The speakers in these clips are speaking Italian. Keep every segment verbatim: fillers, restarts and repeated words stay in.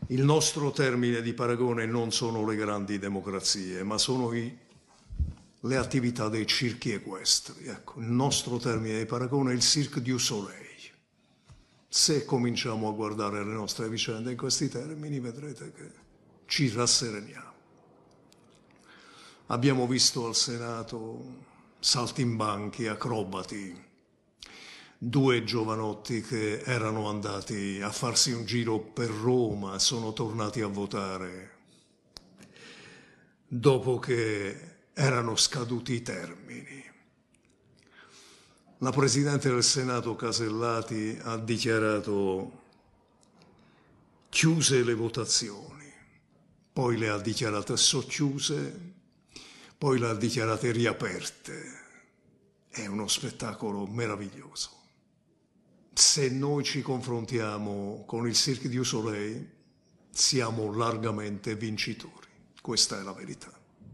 Il nostro termine di paragone non sono le grandi democrazie, ma sono i, le attività dei circhi equestri. Ecco, il nostro termine di paragone è il Cirque du Soleil. Se cominciamo a guardare le nostre vicende in questi termini, vedrete che ci rassereniamo. Abbiamo visto al Senato saltimbanchi, acrobati, due giovanotti che erano andati a farsi un giro per Roma, sono tornati a votare dopo che erano scaduti i termini. La Presidente del Senato Casellati ha dichiarato chiuse le votazioni, poi le ha dichiarate socchiuse, poi le ha dichiarate riaperte. È uno spettacolo meraviglioso. Se noi ci confrontiamo con il Cirque du Soleil, siamo largamente vincitori. Questa è la verità.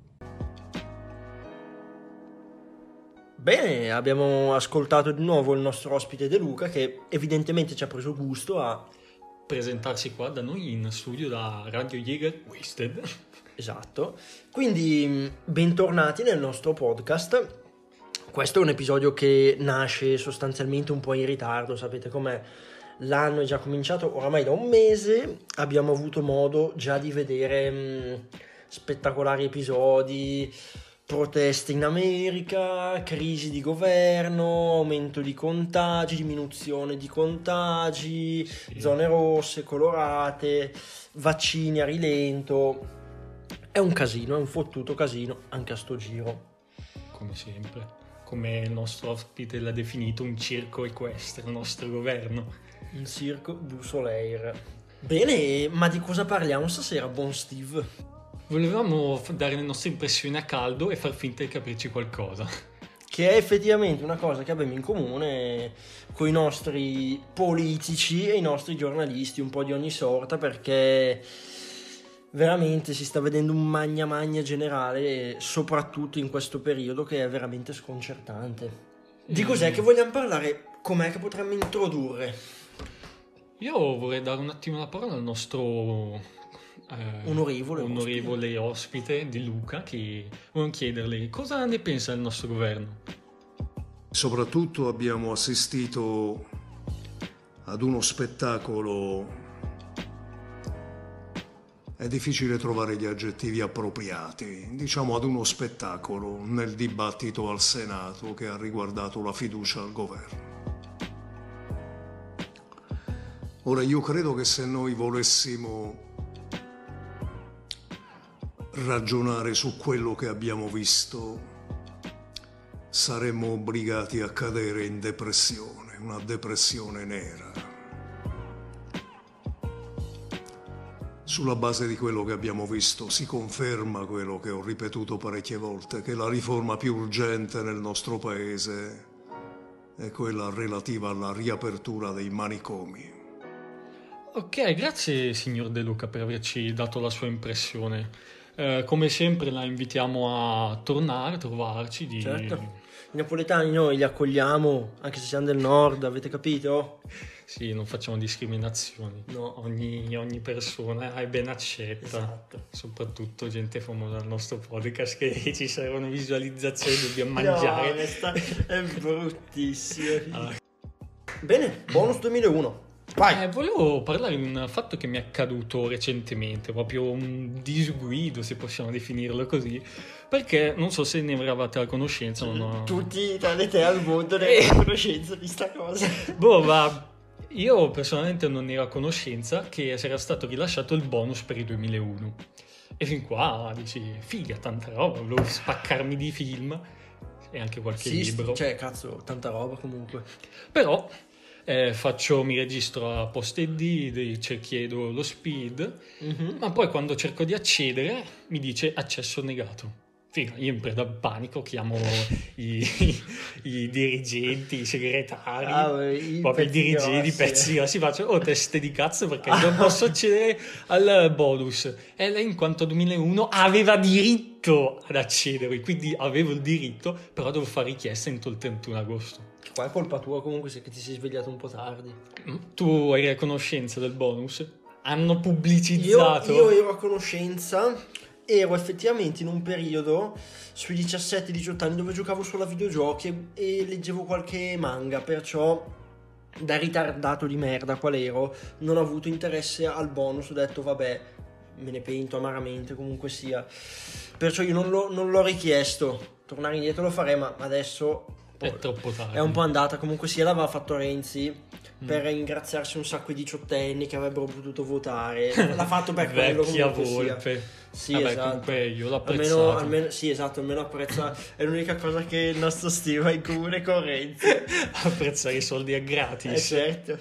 Bene, abbiamo ascoltato di nuovo il nostro ospite De Luca, che evidentemente ci ha preso gusto a presentarsi qua da noi in studio da Radio Jäger Wasted. Esatto. Quindi bentornati nel nostro podcast. Questo è un episodio che nasce sostanzialmente un po' in ritardo, sapete com'è? L'anno è già cominciato oramai da un mese, abbiamo avuto modo già di vedere mh, spettacolari episodi, proteste in America, crisi di governo, aumento di contagi, diminuzione di contagi, sì. Zone rosse, colorate, vaccini a rilento. È un casino, è un fottuto casino anche a sto giro. Come sempre. Come il nostro ospite l'ha definito, un circo equestre, il nostro governo. Un Cirque du Soleil. Bene, ma di cosa parliamo stasera, buon Steve? Volevamo dare le nostre impressioni a caldo e far finta di capirci qualcosa. Che è effettivamente una cosa che abbiamo in comune con i nostri politici e i nostri giornalisti, un po' di ogni sorta, perché veramente si sta vedendo un magna magna generale, soprattutto in questo periodo, che è veramente sconcertante. Di cos'è che vogliamo parlare? Com'è che potremmo introdurre? Io vorrei dare un attimo la parola al nostro eh, onorevole, onorevole ospite. ospite di Luca, che vogliamo chiederle cosa ne pensa del nostro governo. Soprattutto abbiamo assistito ad uno spettacolo. È difficile trovare gli aggettivi appropriati, diciamo ad uno spettacolo nel dibattito al Senato che ha riguardato la fiducia al governo. Ora, io credo che se noi volessimo ragionare su quello che abbiamo visto, saremmo obbligati a cadere in depressione, una depressione nera. Sulla base di quello che abbiamo visto si conferma quello che ho ripetuto parecchie volte, che la riforma più urgente nel nostro paese è quella relativa alla riapertura dei manicomi. Ok, grazie signor De Luca per averci dato la sua impressione. Eh, come sempre la invitiamo a tornare, a trovarci. Di... Certo. I napoletani noi li accogliamo, anche se siamo del nord, avete capito? Sì, non facciamo discriminazioni. No. Ogni, ogni persona è ben accetta. Esatto. Soprattutto gente famosa al nostro podcast, che ci servono visualizzazioni, dobbiamo mangiare. No, questa è bruttissima. Ah. Bene, bonus duemilauno. Vai. Eh, volevo parlare di un fatto che mi è accaduto recentemente, proprio un disguido, se possiamo definirlo così, perché non so se ne eravate a conoscenza o no. Tutti tranne te al mondo ne erano a conoscenza di sta cosa. Boh, ma io personalmente non ero a conoscenza che era stato rilasciato il bonus per il duemilauno. E fin qua dici, figa, tanta roba, volevo spaccarmi di film e anche qualche sì, libro. Cioè, cazzo, tanta roba comunque. Però... Eh, faccio, mi registro a post-id, ci chiedo lo speed, mm-hmm. ma poi quando cerco di accedere mi dice accesso negato. Figa, io in preda al panico chiamo i, i, i dirigenti, i segretari, ah, i proprio i dirigenti, i pezzi grossi, faccio oh teste di cazzo perché non posso accedere al bonus. E lei in quanto duemilauno aveva diritto ad accedere, quindi avevo il diritto, però devo fare richiesta entro il trentuno agosto. Qua è colpa tua comunque se che ti sei svegliato un po' tardi. Tu hai conoscenza del bonus? hanno pubblicizzato. Io, io ero a conoscenza, ero effettivamente in un periodo sui diciassette diciotto anni dove giocavo solo a videogiochi e, e leggevo qualche manga, perciò da ritardato di merda qual ero non ho avuto interesse al bonus, ho detto vabbè, me ne pento amaramente comunque sia, perciò io non, l'ho, non l'ho richiesto. Tornare indietro lo farei, ma adesso è troppo tardi, è un po' andata. Comunque sia, l'aveva fatto Renzi mm. per ringraziarsi un sacco di diciottenni che avrebbero potuto votare, l'ha fatto per quello. Vecchia volpe sia. Sì, vabbè, esatto. comunque io l'ho apprezzato. Almeno, almeno, sì, esatto, almeno apprezza. È l'unica cosa che il nostro Steve ha in comune con Renzi. Apprezzare i soldi a gratis. Eh, certo.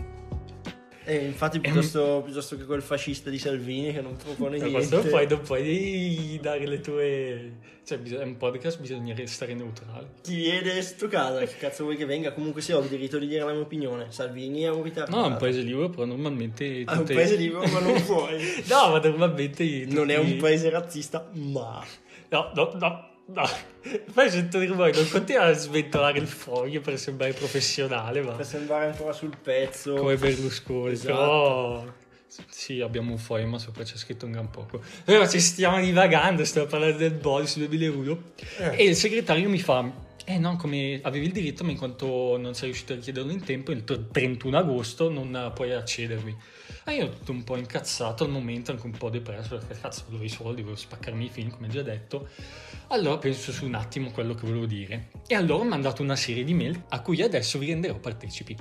E infatti piuttosto, piuttosto che quel fascista di Salvini che non propone no, niente. Non puoi, non puoi dare le tue... Cioè, è un podcast, bisogna restare neutrali. Ti viene sto casa, che cazzo vuoi che venga? Comunque sì, ho il diritto di dire la mia opinione. Salvini è un ritardato. No, è un paese libero, però normalmente... È un paese libero, ma non puoi. No, ma normalmente... Tutti... Non è un paese razzista, ma... No, no, no. No, poi sento dire voi, non continua a sventolare il foglio per sembrare professionale, ma per sembrare ancora sul pezzo come Berlusconi. Esatto. Però sì, abbiamo un foglio, ma sopra c'è scritto un gran poco. Però ci stiamo divagando, stiamo parlando del bonus duemilauno eh. E il segretario mi fa: eh no, come avevi il diritto, ma in quanto non sei riuscito a richiederlo in tempo, il trentuno agosto non puoi accedervi. E io tutto un po' incazzato al momento, anche un po' depresso, perché cazzo volevo i soldi, volevo spaccarmi i film, come già detto. Allora penso su un attimo quello che volevo dire. E allora ho mandato una serie di mail a cui adesso vi renderò partecipi.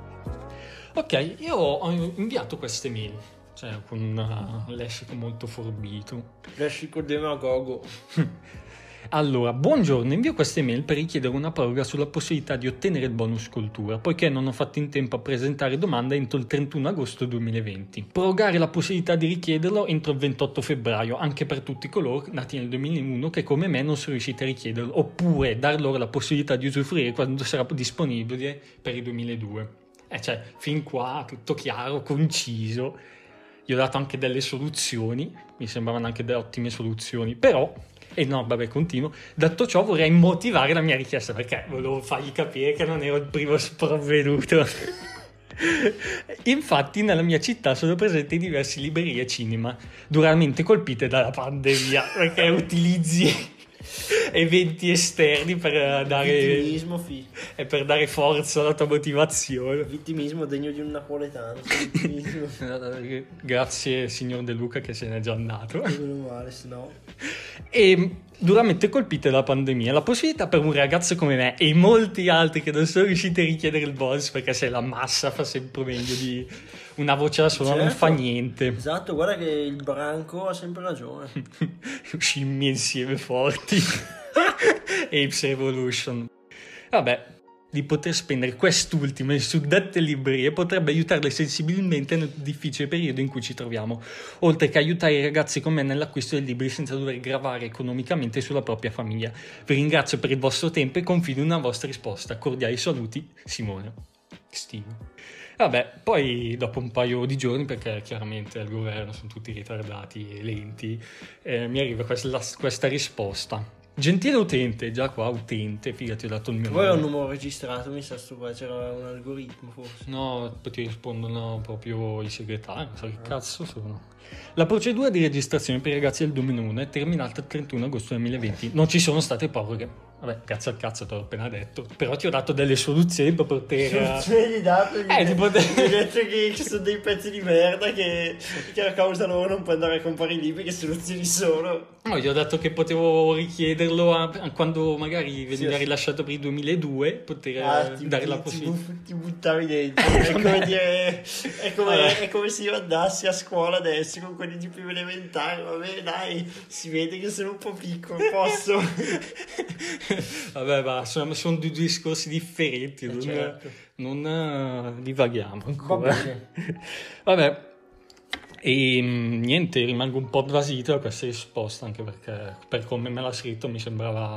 Ok, io ho inviato queste mail, cioè con un lessico molto forbito. Lessico demagogo. Allora, buongiorno, invio queste mail per richiedere una proroga sulla possibilità di ottenere il bonus cultura, poiché non ho fatto in tempo a presentare domanda entro il trentuno agosto duemilaventi. Prorogare la possibilità di richiederlo entro il ventotto febbraio, anche per tutti coloro nati nel duemilauno che come me non sono riusciti a richiederlo, oppure dar loro la possibilità di usufruire quando sarà disponibile per il duemiladue. Eh, cioè, fin qua tutto chiaro, conciso. Gli ho dato anche delle soluzioni, mi sembravano anche delle ottime soluzioni, però... E no, vabbè, continuo. Detto ciò, vorrei motivare la mia richiesta, perché volevo fargli capire che non ero il primo sprovveduto. Infatti, nella mia città sono presenti diverse librerie e cinema, duramente colpite dalla pandemia, perché utilizzi eventi esterni per dare vittimismo, fi. e per dare forza alla tua motivazione. Vittimismo degno di un napoletano. Grazie signor De Luca che se n'è già andato. Meno male, se no. E duramente colpite dalla pandemia, la possibilità per un ragazzo come me e molti altri che non sono riusciti a richiedere il bonus, perché se la massa fa sempre meglio di una voce da sola, certo. Non fa niente. Esatto, guarda che il branco ha sempre ragione. Scimmie insieme forti. Apes Evolution. Vabbè, di poter spendere quest'ultimo in suddette librerie potrebbe aiutarle sensibilmente nel difficile periodo in cui ci troviamo, oltre che aiutare i ragazzi come me nell'acquisto dei libri senza dover gravare economicamente sulla propria famiglia. Vi ringrazio per il vostro tempo e confido in una vostra risposta. Cordiali saluti, Simone. Steve. Vabbè, poi dopo un paio di giorni, perché chiaramente al governo sono tutti ritardati e lenti, eh, mi arriva questa, questa risposta. Gentile utente, già qua utente, figati, ho dato il mio nome. Poi ho un numero registrato, mi sa sto qua, c'era un algoritmo forse. No, poi ti rispondono proprio i segretari, non so che cazzo sono. La procedura di registrazione per i ragazzi del duemilauno è terminata il trentuno agosto duemilaventi. Non ci sono state proroghe. Vabbè, cazzo al cazzo, te l'ho appena detto. Però ti ho dato delle soluzioni per poter... Soluzioni gli dato, gli eh, ti poter... hai detto che ci sono dei pezzi di merda che, che a causa loro non puoi andare a comprare i libri, che soluzioni sono? No, gli ho detto che potevo richiederlo a, a quando magari veniva sì, rilasciato per il duemiladue, poter ah, ti, dare ti, la possibilità. Ti, ti buttavi dentro. È come dire, è come, è come se io andassi a scuola adesso con quelli di prima elementare. Vabbè, dai, si vede che sono un po' piccolo, posso. Vabbè, ma sono, sono due discorsi differenti, eh non, certo. non uh, divaghiamo ancora. Vabbè. Vabbè. E niente, rimango un po' basito da questa risposta, anche perché per come me l'ha scritto mi sembrava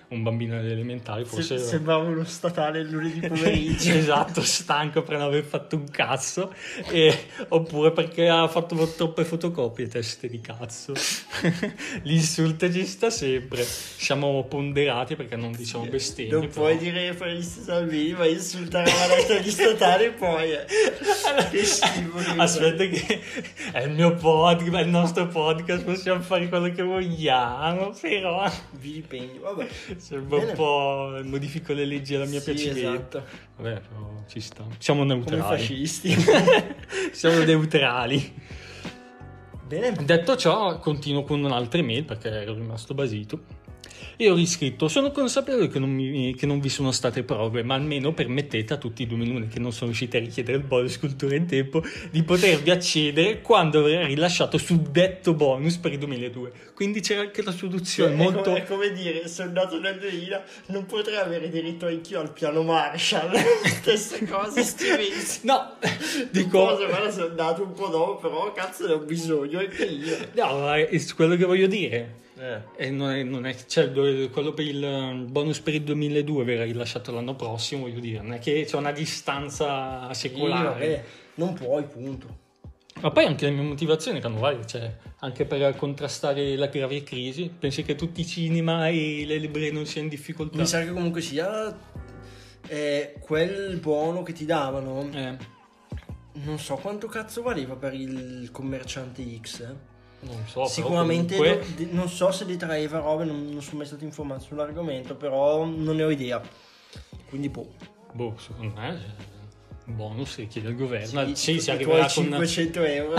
un bambino delle elementari, forse... Se, sembrava uno statale il lunedì pomeriggio. Esatto, stanco per non aver fatto un cazzo, e, oppure perché ha fatto troppe fotocopie, teste di cazzo. L'insulto ci sta sempre. Siamo ponderati perché non diciamo bestemmie. Non però. puoi dire Felice Salvini, ma insultare la lettera di statale poi. Eh. Che schifo. Che Aspetta che è il mio podcast, è il nostro podcast, possiamo fare quello che vogliamo, però... Vilipendio, vabbè. Sembra un po' modifico le leggi alla mia Sì, piacimento. esatto. Vabbè, però ci sta. Siamo neutrali. Come fascisti. Siamo neutrali. Bene. Detto ciò, continuo con un'altra email perché ero rimasto basito. E ho riscritto: sono consapevole che non, mi, che non vi sono state prove, ma almeno permettete a tutti i duemiladuno che non sono riusciti a richiedere il bonus cultura in tempo di potervi accedere quando avrà rilasciato suddetto bonus per il duemiladue. Quindi c'era anche la soluzione È, molto... come, è come dire, sono nato nel duemila, non potrei avere diritto anch'io al piano Marshall. Stessa cosa, Stevens. No, dico... Cosa, guarda, sono nato un po' dopo, però cazzo ne ho bisogno anche io. No, ma è quello che voglio dire. Eh. E non è, non è cioè, quello per il bonus per il duemiladue verrà rilasciato l'anno prossimo, voglio dire, non è che c'è una distanza secolare. Sì, vabbè, non puoi, punto. Ma poi anche le mie motivazioni erano varie, cioè anche per contrastare la grave crisi. Pensi che tutti i cinema e le librerie non siano in difficoltà? Mi sa che comunque sia eh, quel buono che ti davano, Eh. non so quanto cazzo valeva per il commerciante X, eh. Non so, sicuramente però comunque... do, non so se detraeva robe, non, non sono mai stato informato sull'argomento, però non ne ho idea, quindi boh boh, secondo me un bonus che chiede il governo. sì, sì, si i arriverà con cinquecento euro.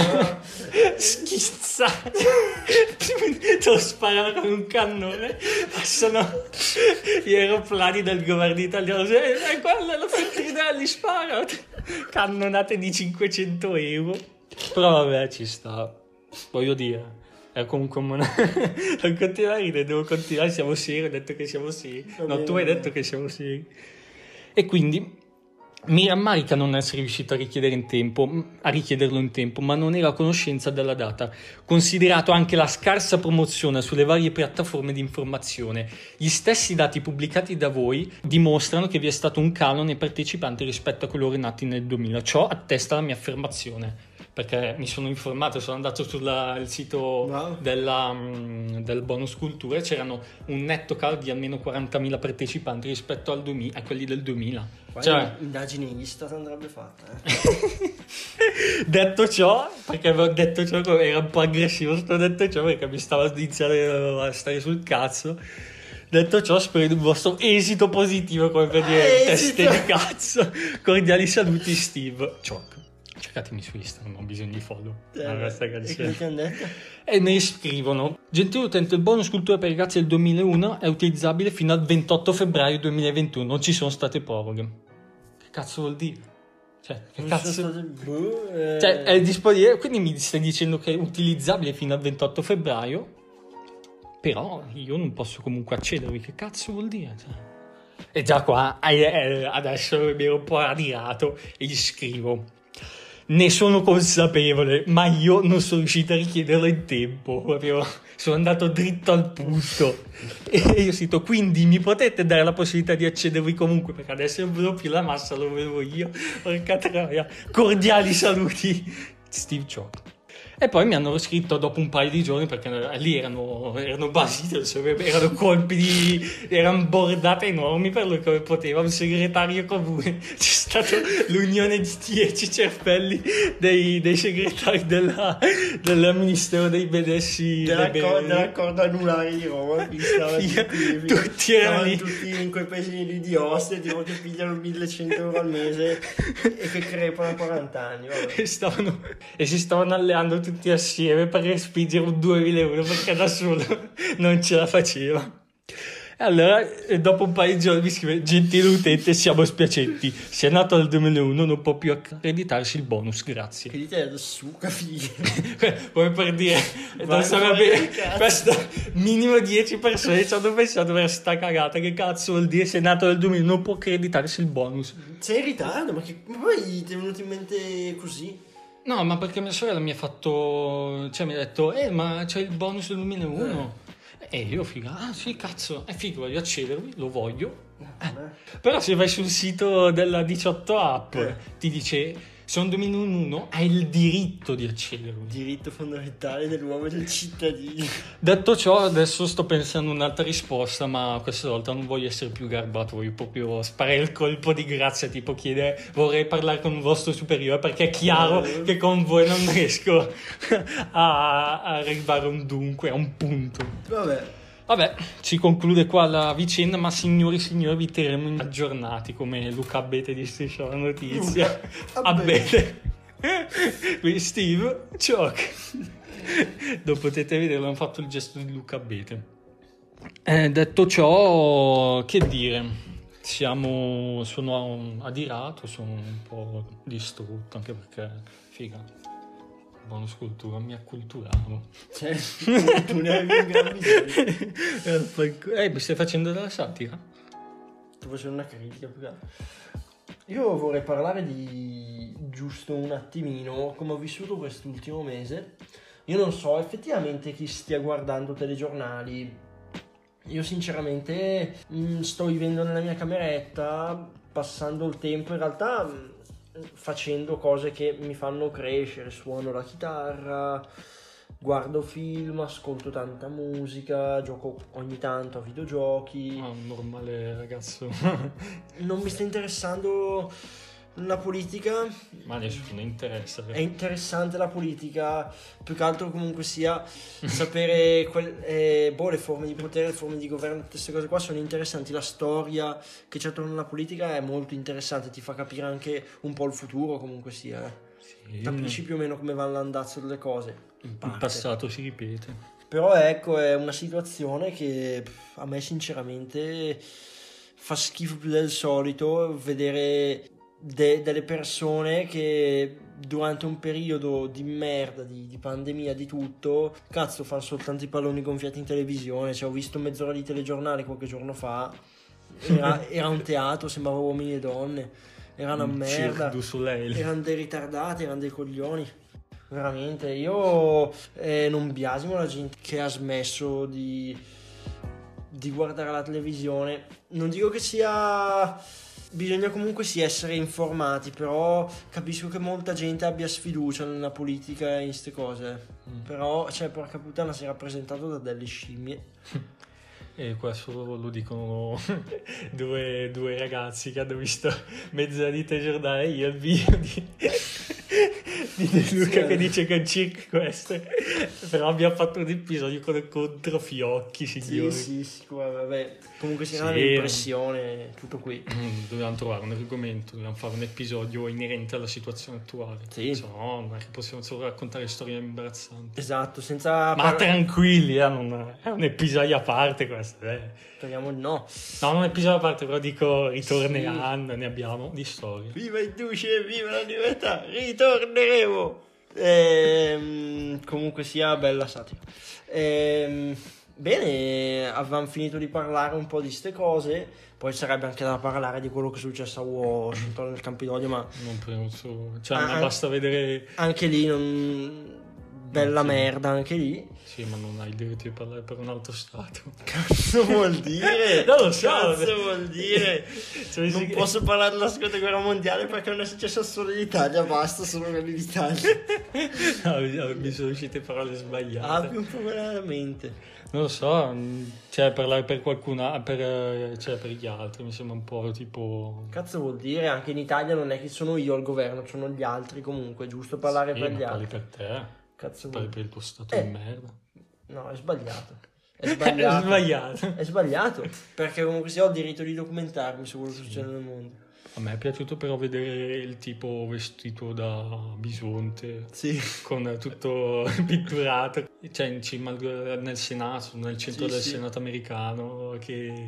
Schizzato. Te lo sparano con un cannone, passano gli aeroplani del governo italiano, e eh, guarda la Feltrinelli spara, cannonate di cinquecento euro. Però vabbè, ci sta, voglio dire, è comunque una... non continuare a ridere, devo continuare, siamo seri, ho detto che siamo seri. No, tu hai detto che siamo seri. E quindi mi rammarica non essere riuscito a richiedere in tempo, a richiederlo in tempo, ma non ero a conoscenza della data, considerato anche la scarsa promozione sulle varie piattaforme di informazione. Gli stessi dati pubblicati da voi dimostrano che vi è stato un calo nei partecipanti rispetto a coloro nati nel duemila. Ciò attesta la mia affermazione, perché mi sono informato, sono andato sul sito wow. della, um, del bonus cultura e c'erano un netto calo di almeno quarantamila partecipanti rispetto al duemila, a quelli del duemila. Cioè, indagine Istat andrebbe fatta, eh. Detto ciò, perché avevo detto ciò, era un po' aggressivo, sto detto ciò perché mi stava iniziando a stare sul cazzo. Detto ciò, spero in un vostro esito positivo, come per dire, teste di cazzo. Cordiali saluti, Steve Ciocco. Cercatemi su Instagram, ho bisogno di follow. Eh, ah, e cosa ti hanno detto? E ne scrivono: gentile utente, il bonus cultura per i ragazzi del duemilauno è utilizzabile fino al ventotto febbraio duemilaventuno, non ci sono state proroghe. Che cazzo vuol dire? Cioè, che non cazzo? State... Boh, eh... Cioè, è disponibile, quindi mi stai dicendo che è utilizzabile fino al ventotto febbraio, però io non posso comunque accedervi. Che cazzo vuol dire? Cioè... E già qua, eh, adesso mi ero un po' adirato e gli scrivo: ne sono consapevole, ma io non sono riuscito a richiederlo in tempo, proprio sono andato dritto al punto. E io sito, quindi mi potete dare la possibilità di accedervi comunque, perché adesso non vedo più la massa, lo vedo io. Porca troia. Cordiali saluti, Steve Ciocco. E poi mi hanno scritto dopo un paio di giorni, perché lì erano, erano basiti, erano colpi di... erano bordate enormi per lui come poteva, un segretario comune. C'è stata l'unione di dieci cervelli dei, dei segretari della, del Ministero dei Bedessi. Dell'accordo, dell'accordo anulare di Roma. Tutti, tutti erano lì. Tutti in quei paesini lì di Ostia, tipo che pigliano millecento euro al mese e che crepano a quaranta anni. E, stavano, e si stavano alleando tutti assieme per spingere un duemila euro, perché da solo non ce la faceva. E allora, dopo un paio di giorni mi scrive: gentile utente, siamo spiacenti, se è nato nel duemilauno non può più accreditarsi il bonus, grazie. Che dite su, capì? Come per dire, non saprebbe, questo minimo dieci persone ci hanno pensato per sta cagata. Che cazzo vuol dire se è nato nel duemila non può accreditarsi il bonus? Sei in ritardo, ma, che, ma poi ti è venuto in mente così? No, ma perché mia sorella mi ha fatto, cioè mi ha detto, eh ma c'è il bonus del duemilauno. Eh. E io figo, ah sì cazzo, è figo, voglio accedermi, lo voglio. Eh. Però se vai sul sito della diciotto app Eh. ti dice sono due minuti in uno, hai il diritto di accedervi. Diritto fondamentale dell'uomo e del cittadino. Detto ciò, adesso sto pensando un'altra risposta, ma questa volta non voglio essere più garbato, voglio proprio sparare il colpo di grazia, tipo chiedere vorrei parlare con un vostro superiore, perché è chiaro Eh. che con voi non riesco a, a arrivare a un dunque, a un punto. Vabbè. Vabbè, si conclude qua la vicenda, ma signori e signori vi terremo aggiornati come Luca Abete di Striscia la Notizia. Abete. Quindi Steve, Cioc. Dove potete vedere, hanno fatto il gesto di Luca Abete. Eh, detto ciò, che dire? Siamo, sono adirato, sono un po' distrutto, anche perché, figa. Buona scultura, mi acculturavo. Cioè, tu ne hai un gran bisogno. Eh, mi stai facendo della satira? Sto facendo una critica più che altro. Io vorrei parlare di giusto un attimino come ho vissuto quest'ultimo mese. Io non so effettivamente chi stia guardando telegiornali. Io sinceramente mh, sto vivendo nella mia cameretta, passando il tempo in realtà mh, facendo cose che mi fanno crescere. Suono la chitarra, guardo film, ascolto tanta musica, gioco ogni tanto a videogiochi. Ah, un normale ragazzo. Non mi sta interessando la politica. Ma a nessuno interessa. È interessante la politica, più che altro comunque sia sapere quel, eh, boh, le forme di potere, le forme di governo, tutte queste cose qua sono interessanti. La storia che c'è attorno alla politica è molto interessante, ti fa capire anche un po' il futuro comunque sia. Eh. Sì, Capisci più o meno come va l'andazzo delle cose. In il parte. passato si ripete. Però ecco, è una situazione che pff, a me sinceramente fa schifo più del solito vedere de- delle persone che durante un periodo di merda, di, di pandemia, di tutto, cazzo, fanno soltanto i palloni gonfiati in televisione. Cioè, ho visto mezz'ora di telegiornale qualche giorno fa, era, era un teatro, sembrava uomini e donne, era una Un merda, Cirque du Soleil. erano dei ritardati, erano dei coglioni. Veramente, io eh, non biasimo la gente che ha smesso di, di guardare la televisione. Non dico che sia... Bisogna comunque sì essere informati, però capisco che molta gente abbia sfiducia nella politica e in ste cose. Mm. Però, cioè, porca puttana, si è rappresentato da delle scimmie. E questo lo dicono due, due ragazzi che hanno visto mezz'ora di telegiornale, io il video di, di De Luca Sì, che dice che è un circo questo. Però abbiamo fatto un episodio con il controfiocchi, signori. Sì, sì, sicuro, vabbè. Comunque si Sì. era un'impressione, tutto qui. Dobbiamo trovare un argomento, dobbiamo fare un episodio inerente alla situazione attuale. Sì. Se no, non è che possiamo solo raccontare storie imbarazzanti. Esatto, senza... Ma par- tranquilli, eh, non- è un episodio a parte questo. Eh. Speriamo di no. No, non è un episodio a parte, però dico ritorneranno, ne abbiamo di storie. Viva il duce, viva la libertà, ritorneremo. Ehm, comunque sia, bella satira. Ehm, bene, avevamo finito di parlare un po' di ste cose. Poi sarebbe anche da parlare di quello che è successo a Washington nel Campidoglio, ma Non penso, cioè Ah, a me basta vedere. anche lì non... bella Sì. merda anche lì. Sì, ma non hai il diritto di parlare per un altro stato. Cazzo vuol dire? Non lo so. Cazzo vuol dire? Cioè, Non sì che- posso parlare della seconda guerra mondiale perché non è successo solo in Italia, basta, solo quelli d'Italia. No, mi sono uscite parole Ah, sbagliate. più un po' veramente. Non lo so, mh, cioè parlare per qualcuno, per, eh, cioè per gli altri mi sembra un po' tipo. Cazzo vuol dire? Anche in Italia non è che sono io al governo, sono gli altri comunque, è giusto parlare Sì, per ma gli parli altri. per te, Cazzo parli vuol per il tuo stato Eh. di merda. No, è sbagliato. È È sbagliato. sbagliato. È sbagliato. Perché comunque sia ho il diritto di documentarmi su quello che succede nel mondo. A me è piaciuto però vedere il tipo vestito da bisonte. Sì. Con tutto pitturato, cioè in cima al- nel Senato, nel centro Sì, del sì. Senato americano, che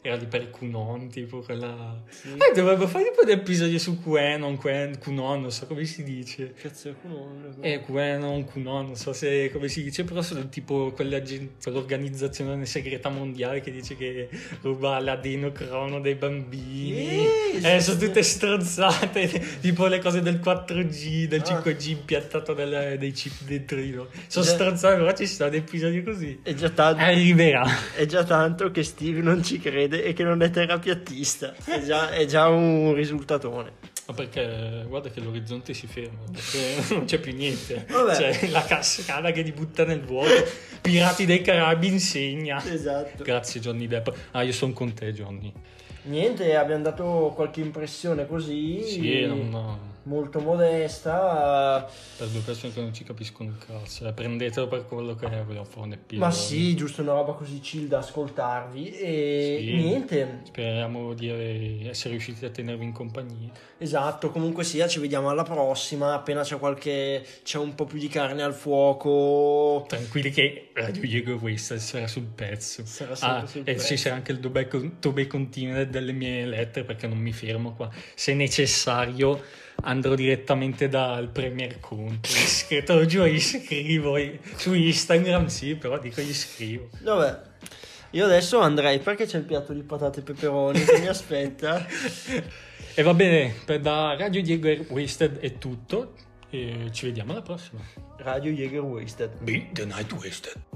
era di per Qunon, tipo quella... Sì. Eh, dovrebbe fare tipo dei episodi su Quenon, Quen, Qunon, non so come si dice. Cazzo è Qunon? Eh, Quenon, Qunon, non so se come si dice, però sono tipo quell'organizzazione segreta mondiale che dice che ruba l'adenocrono dei bambini. Sì, eh, sono tutte stronzate, tipo le cose del quattro G, del ah. cinque G impiantato del, dei chip dentro di noi. Sono stronzate, però ci sono dei episodi così. È già tanto, arriverà. È già tanto che Steve non ci crede e che non è terapiattista. È già, è già un risultatone. Ma perché guarda che l'orizzonte si ferma, perché non c'è più niente. Vabbè. C'è la cascata che ti butta nel vuoto. Pirati dei Caraibi insegna. Esatto. Grazie Johnny Depp. Ah, io sono con te, Johnny. Niente, abbiamo dato qualche impressione così. Sì, no. Molto modesta. Per due persone che non ci capiscono un cazzo, eh, prendetelo per quello che è, vogliamo fare un episodio. Ma sì, giusto una roba così chill da ascoltarvi. E sì, niente. Speriamo di essere riusciti a tenervi in compagnia. Esatto, comunque sia, ci vediamo alla prossima. Appena c'è qualche. C'è un po' più di carne al fuoco. Tranquilli che Radio Diego Wasted sarà sul pezzo. Sarà sempre ah, sul e pezzo. ci sarà anche il dove continue delle mie lettere, perché non mi fermo qua. Se necessario andrò direttamente dal Premier Conte. Te lo giuro, gli scrivo su Instagram, sì, però dico gli scrivo. Vabbè, io adesso andrei perché c'è il piatto di patate e peperoni che mi aspetta. E va bene, per da Radio Diego Wasted è tutto e ci vediamo alla prossima. Radio Jäger Wasted. Be the night wasted.